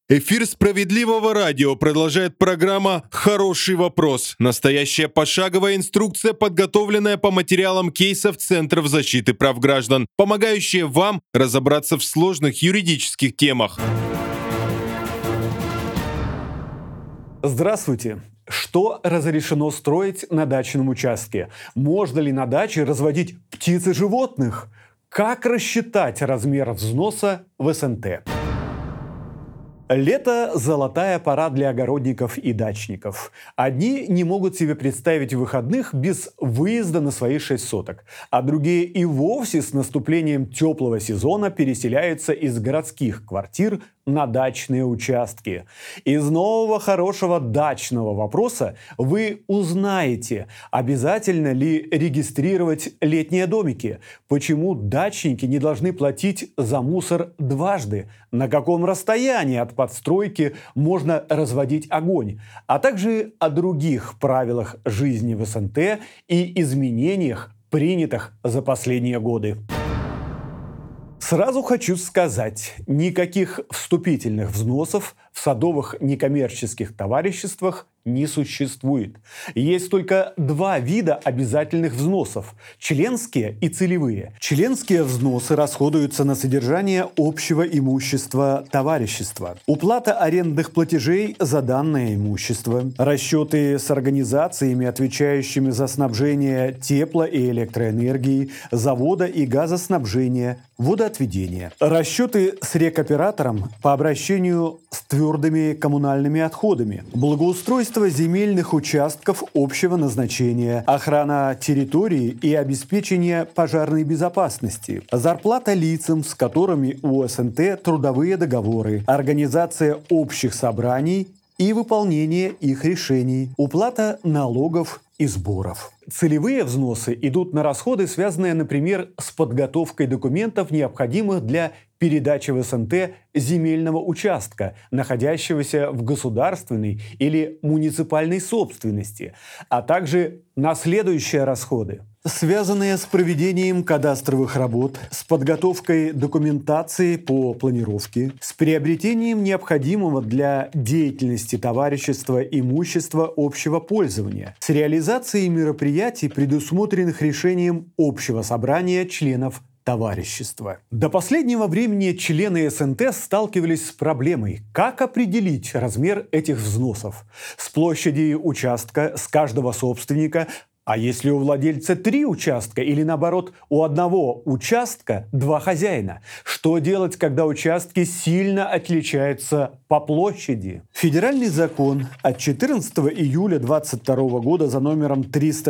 Эфир «Справедливого радио» продолжает программа «Хороший вопрос». Настоящая пошаговая инструкция, подготовленная по материалам кейсов Центров защиты прав граждан, помогающая вам разобраться в сложных юридических темах. Здравствуйте! Что разрешено строить на дачном участке? Можно ли на даче разводить птиц и животных? Как рассчитать размер взноса в СНТ? Лето – золотая пора для огородников и дачников. Одни не могут себе представить выходных без выезда на свои 6 соток, а другие и вовсе с наступлением теплого сезона переселяются из городских квартир на дачные участки. Из нового хорошего дачного вопроса вы узнаете, обязательно ли регистрировать летние домики, почему дачники не должны платить за мусор дважды, на каком расстоянии от подстройки можно разводить огонь, а также о других правилах жизни в СНТ и изменениях, принятых за последние годы. Сразу хочу сказать, никаких вступительных взносов в садовых некоммерческих товариществах не существует. Есть только два вида обязательных взносов – членские и целевые. Членские взносы расходуются на содержание общего имущества товарищества, уплата арендных платежей за данное имущество, расчеты с организациями, отвечающими за снабжение тепло- и электроэнергией, завода и газоснабжения, водоотведения, расчеты с рекоператором по обращению с твердыми коммунальными отходами, благоустройство земельных участков общего назначения, охрана территории и обеспечение пожарной безопасности, зарплата лицам, с которыми у СНТ трудовые договоры, организация общих собраний и выполнение их решений, уплата налогов и сборов. Целевые взносы идут на расходы, связанные, например, с подготовкой документов, необходимых для передачи в СНТ земельного участка, находящегося в государственной или муниципальной собственности, а также на следующие расходы, связанные с проведением кадастровых работ, с подготовкой документации по планировке, с приобретением необходимого для деятельности товарищества имущества общего пользования, с реализацией мероприятий, предусмотренных решением общего собрания членов товарищества. До последнего времени члены СНТ сталкивались с проблемой, как определить размер этих взносов с площади участка, с каждого собственника. А если у владельца 3 участка или, наоборот, у одного участка 2 хозяина? Что делать, когда участки сильно отличаются по площади? Федеральный закон от 14 июля 2022 года за номером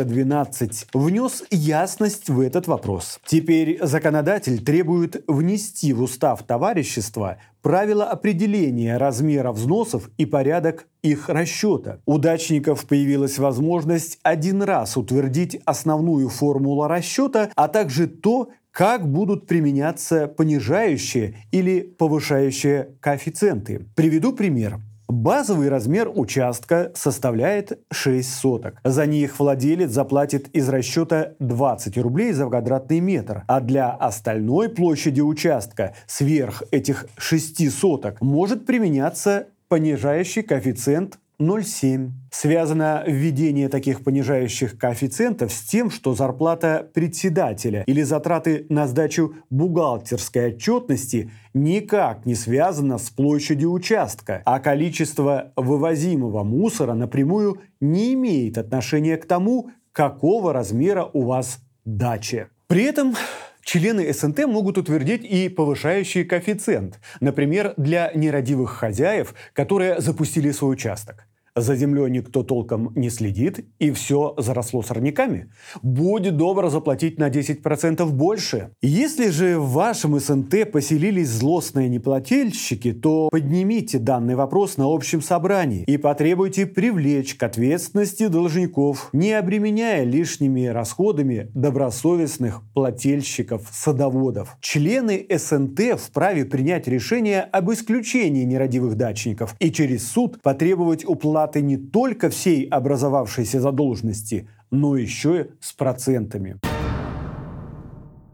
312 внес ясность в этот вопрос. Теперь законодатель требует внести в устав товарищества правила определения размера взносов и порядок их расчета. У дачников появилась возможность один раз утвердить основную формулу расчета, а также то, как будут применяться понижающие или повышающие коэффициенты. Приведу пример. Базовый размер участка составляет 6 соток. За них владелец заплатит из расчета 20 рублей за квадратный метр. А для остальной площади участка сверх этих 6 соток может применяться понижающий коэффициент 0,7. Связано введение таких понижающих коэффициентов с тем, что зарплата председателя или затраты на сдачу бухгалтерской отчетности никак не связано с площадью участка, а количество вывозимого мусора напрямую не имеет отношения к тому, какого размера у вас дача. При этом члены СНТ могут утвердить и повышающий коэффициент, например, для нерадивых хозяев, которые запустили свой участок. За землей никто толком не следит, и все заросло сорняками. Будь добр заплатить на 10% больше. Если же в вашем СНТ поселились злостные неплательщики, то поднимите данный вопрос на общем собрании и потребуйте привлечь к ответственности должников, не обременяя лишними расходами добросовестных плательщиков-садоводов. Члены СНТ вправе принять решение об исключении нерадивых дачников и через суд потребовать уплаты не только всей образовавшейся задолженности, но еще и с процентами.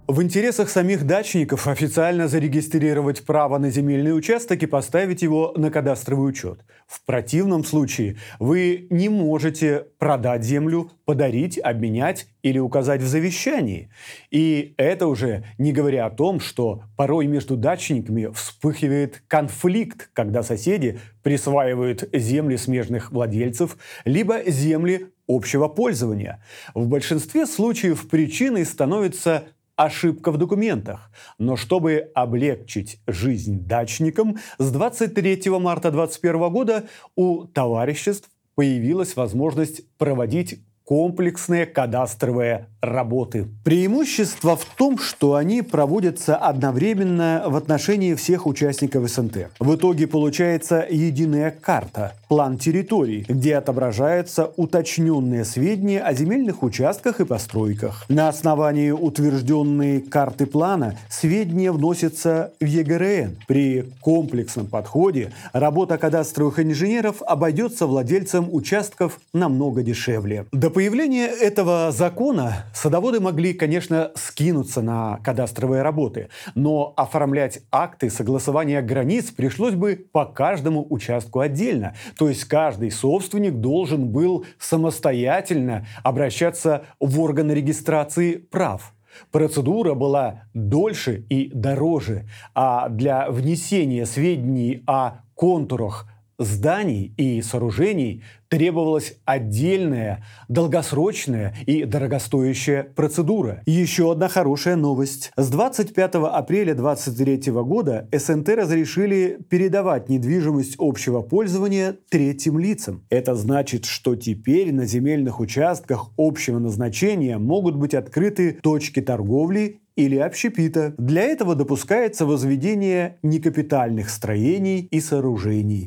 В интересах самих дачников официально зарегистрировать право на земельный участок и поставить его на кадастровый учет. В противном случае вы не можете продать землю, подарить, обменять или указать в завещании. И это уже не говоря о том, что порой между дачниками вспыхивает конфликт, когда соседи присваивают земли смежных владельцев, либо земли общего пользования. В большинстве случаев причиной становится ошибка в документах. Но чтобы облегчить жизнь дачникам, с 23 марта 2021 года у товариществ появилась возможность проводить комплексные кадастровые работы. Преимущество в том, что они проводятся одновременно в отношении всех участников СНТ. В итоге получается единая карта, план территорий, где отображаются уточненные сведения о земельных участках и постройках. На основании утвержденной карты плана сведения вносятся в ЕГРН. При комплексном подходе работа кадастровых инженеров обойдется владельцам участков намного дешевле. До появления этого закона садоводы могли, конечно, скинуться на кадастровые работы, но оформлять акты согласования границ пришлось бы по каждому участку отдельно. То есть каждый собственник должен был самостоятельно обращаться в органы регистрации прав. Процедура была дольше и дороже, а для внесения сведений о контурах зданий и сооружений требовалась отдельная, долгосрочная и дорогостоящая процедура. Еще одна хорошая новость. С 25 апреля 2023 года СНТ разрешили передавать недвижимость общего пользования третьим лицам. Это значит, что теперь на земельных участках общего назначения могут быть открыты точки торговли или общепита. Для этого допускается возведение некапитальных строений и сооружений.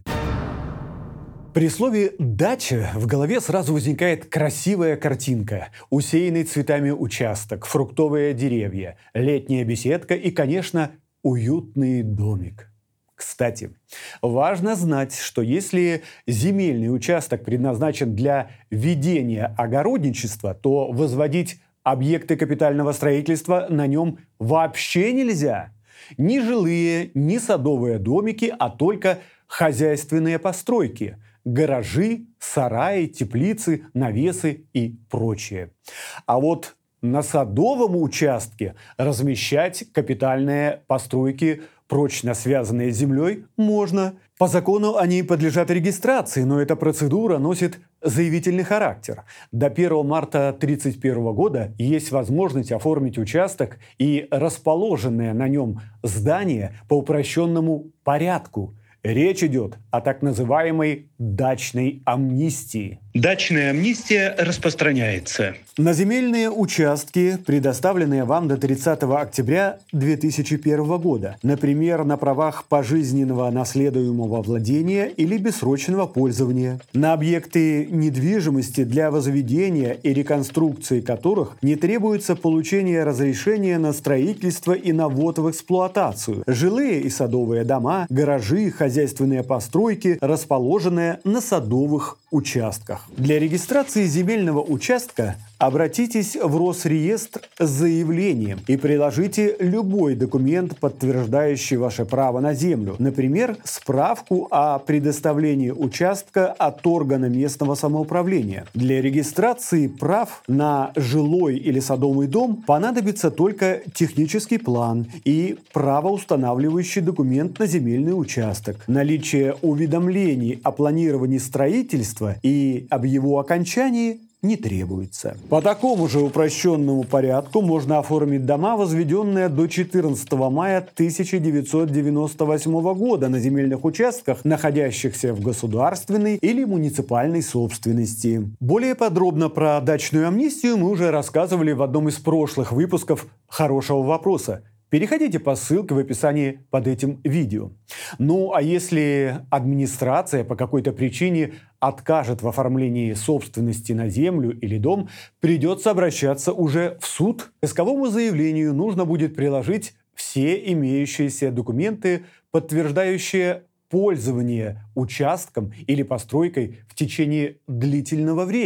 При слове «дача» в голове сразу возникает красивая картинка. Усеянный цветами участок, фруктовые деревья, летняя беседка и, конечно, уютный домик. Кстати, важно знать, что если земельный участок предназначен для ведения огородничества, то возводить объекты капитального строительства на нем вообще нельзя. Ни жилые, ни садовые домики, а только хозяйственные постройки – гаражи, сараи, теплицы, навесы и прочее. А вот на садовом участке размещать капитальные постройки, прочно связанные с землей, можно. По закону они подлежат регистрации, но эта процедура носит заявительный характер. До 1 марта 1931 года есть возможность оформить участок и расположенное на нем здание по упрощенному порядку. Речь идет о так называемой дачной амнистии. Дачная амнистия распространяется на земельные участки, предоставленные вам до 30 октября 2001 года, например, на правах пожизненного наследуемого владения или бессрочного пользования, на объекты недвижимости, для возведения и реконструкции которых не требуется получение разрешения на строительство и на ввод в эксплуатацию, жилые и садовые дома, гаражи, хозяйственные постройки, расположенные на садовых участках. Для регистрации земельного участка обратитесь в Росреестр с заявлением и приложите любой документ, подтверждающий ваше право на землю. Например, справку о предоставлении участка от органа местного самоуправления. Для регистрации прав на жилой или садовый дом понадобится только технический план и правоустанавливающий документ на земельный участок. Наличие уведомлений о планировании строительства и об его окончании не требуется. По такому же упрощенному порядку можно оформить дома, возведенные до 14 мая 1998 года на земельных участках, находящихся в государственной или муниципальной собственности. Более подробно про дачную амнистию мы уже рассказывали в одном из прошлых выпусков «Хорошего вопроса». Переходите по ссылке в описании под этим видео. Ну а если администрация по какой-то причине откажет в оформлении собственности на землю или дом, придется обращаться уже в суд. К исковому заявлению нужно будет приложить все имеющиеся документы, подтверждающие пользование участком или постройкой в течение длительного времени.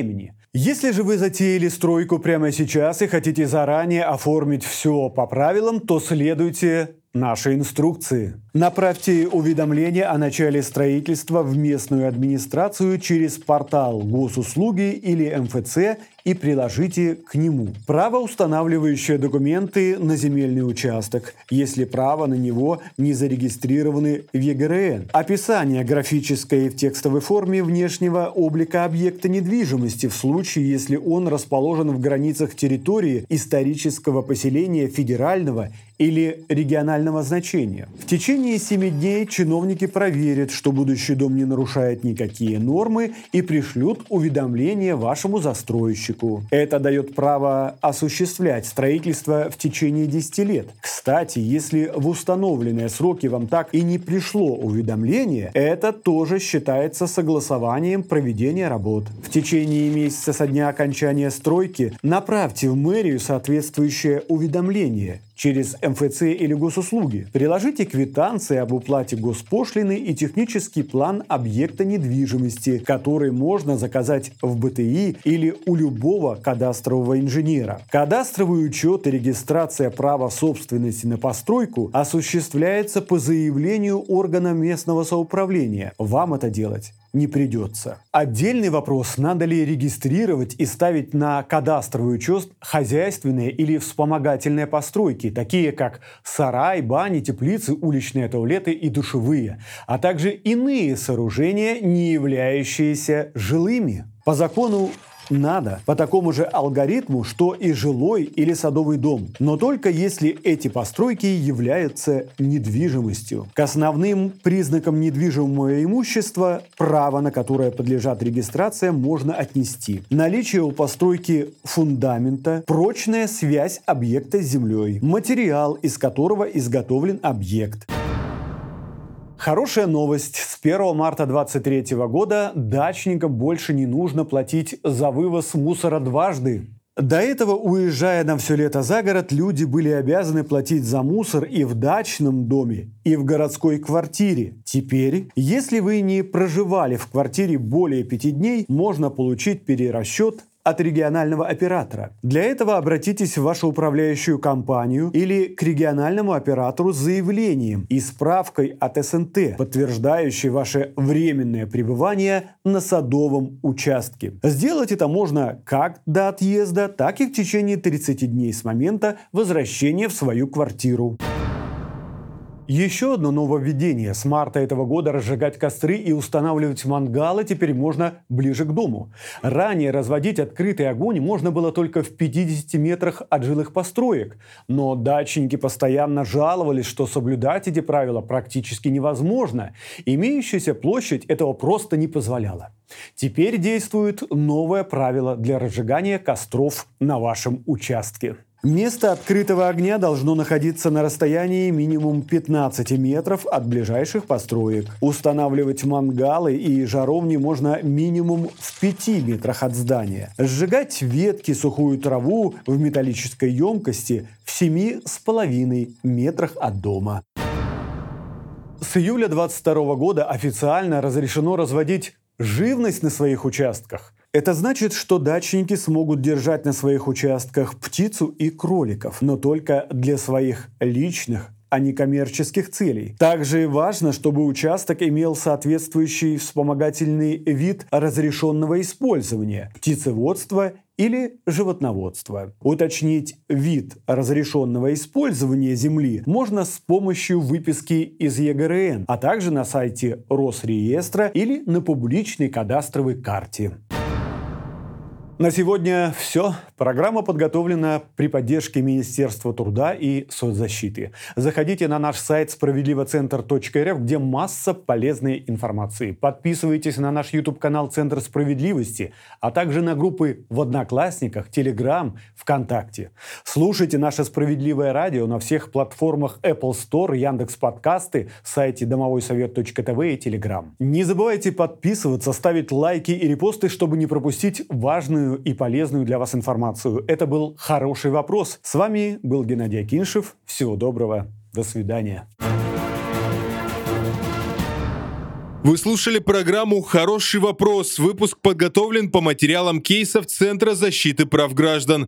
Если же вы затеяли стройку прямо сейчас и хотите заранее оформить все по правилам, то следуйте нашей инструкции. Направьте уведомление о начале строительства в местную администрацию через портал Госуслуги или МФЦ и приложите к нему правоустанавливающие документы на земельный участок, если право на него не зарегистрированы в ЕГРН, описание графическое в текстовой форме внешнего облика объекта недвижимости в случае, если он расположен в границах территории исторического поселения федерального или регионального значения. В течение 7 дней чиновники проверят, что будущий дом не нарушает никакие нормы и пришлют уведомление вашему застройщику. Это дает право осуществлять строительство в течение 10 лет. Кстати, если в установленные сроки вам так и не пришло уведомление, это тоже считается согласованием проведения работ. В течение месяца со дня окончания стройки направьте в мэрию соответствующее уведомление через МФЦ или госуслуги. Приложите квитанции об уплате госпошлины и технический план объекта недвижимости, который можно заказать в БТИ или у любого кадастрового инженера. Кадастровый учет и регистрация права собственности на постройку осуществляется по заявлению органа местного самоуправления. Вам это делать не придется. Отдельный вопрос, надо ли регистрировать и ставить на кадастровый учет хозяйственные или вспомогательные постройки, такие как сарай, бани, теплицы, уличные туалеты и душевые, а также иные сооружения, не являющиеся жилыми. По закону надо, по такому же алгоритму, что и жилой или садовый дом, но только если эти постройки являются недвижимостью. К основным признакам недвижимого имущества, право на которое подлежат регистрации, можно отнести наличие у постройки фундамента, прочная связь объекта с землей, материал, из которого изготовлен объект. Хорошая новость. С 1 марта 2023 года дачникам больше не нужно платить за вывоз мусора дважды. До этого, уезжая на все лето за город, люди были обязаны платить за мусор и в дачном доме, и в городской квартире. Теперь, если вы не проживали в квартире более 5 дней, можно получить перерасчет от регионального оператора. Для этого обратитесь в вашу управляющую компанию или к региональному оператору с заявлением и справкой от СНТ, подтверждающей ваше временное пребывание на садовом участке. Сделать это можно как до отъезда, так и в течение 30 дней с момента возвращения в свою квартиру. Еще одно нововведение. С марта этого года разжигать костры и устанавливать мангалы теперь можно ближе к дому. Ранее разводить открытый огонь можно было только в 50 метрах от жилых построек. Но дачники постоянно жаловались, что соблюдать эти правила практически невозможно. Имеющаяся площадь этого просто не позволяла. Теперь действует новое правило для разжигания костров на вашем участке. Место открытого огня должно находиться на расстоянии минимум 15 метров от ближайших построек. Устанавливать мангалы и жаровни можно минимум в 5 метрах от здания. Сжигать ветки, сухую траву в металлической емкости в 7,5 метрах от дома. С июля 2022 года официально разрешено разводить живность на своих участках. Это значит, что дачники смогут держать на своих участках птицу и кроликов, но только для своих личных, а не коммерческих целей. Также важно, чтобы участок имел соответствующий вспомогательный вид разрешенного использования – птицеводство или животноводство. Уточнить вид разрешенного использования земли можно с помощью выписки из ЕГРН, а также на сайте Росреестра или на публичной кадастровой карте. На сегодня все. Программа подготовлена при поддержке Министерства труда и соцзащиты. Заходите на наш сайт справедливоцентр.рф, где масса полезной информации. Подписывайтесь на наш YouTube-канал «Центр справедливости», а также на группы в Одноклассниках, Telegram, ВКонтакте. Слушайте наше «Справедливое радио» на всех платформах Apple Store, Яндекс.Подкасты, сайте домовойсовет.тв и Telegram. Не забывайте подписываться, ставить лайки и репосты, чтобы не пропустить важную и полезную для вас информацию. Это был «Хороший вопрос». С вами был Геннадий Акиньшев. Всего доброго. До свидания. Вы слушали программу «Хороший вопрос». Выпуск подготовлен по материалам кейсов Центра защиты прав граждан.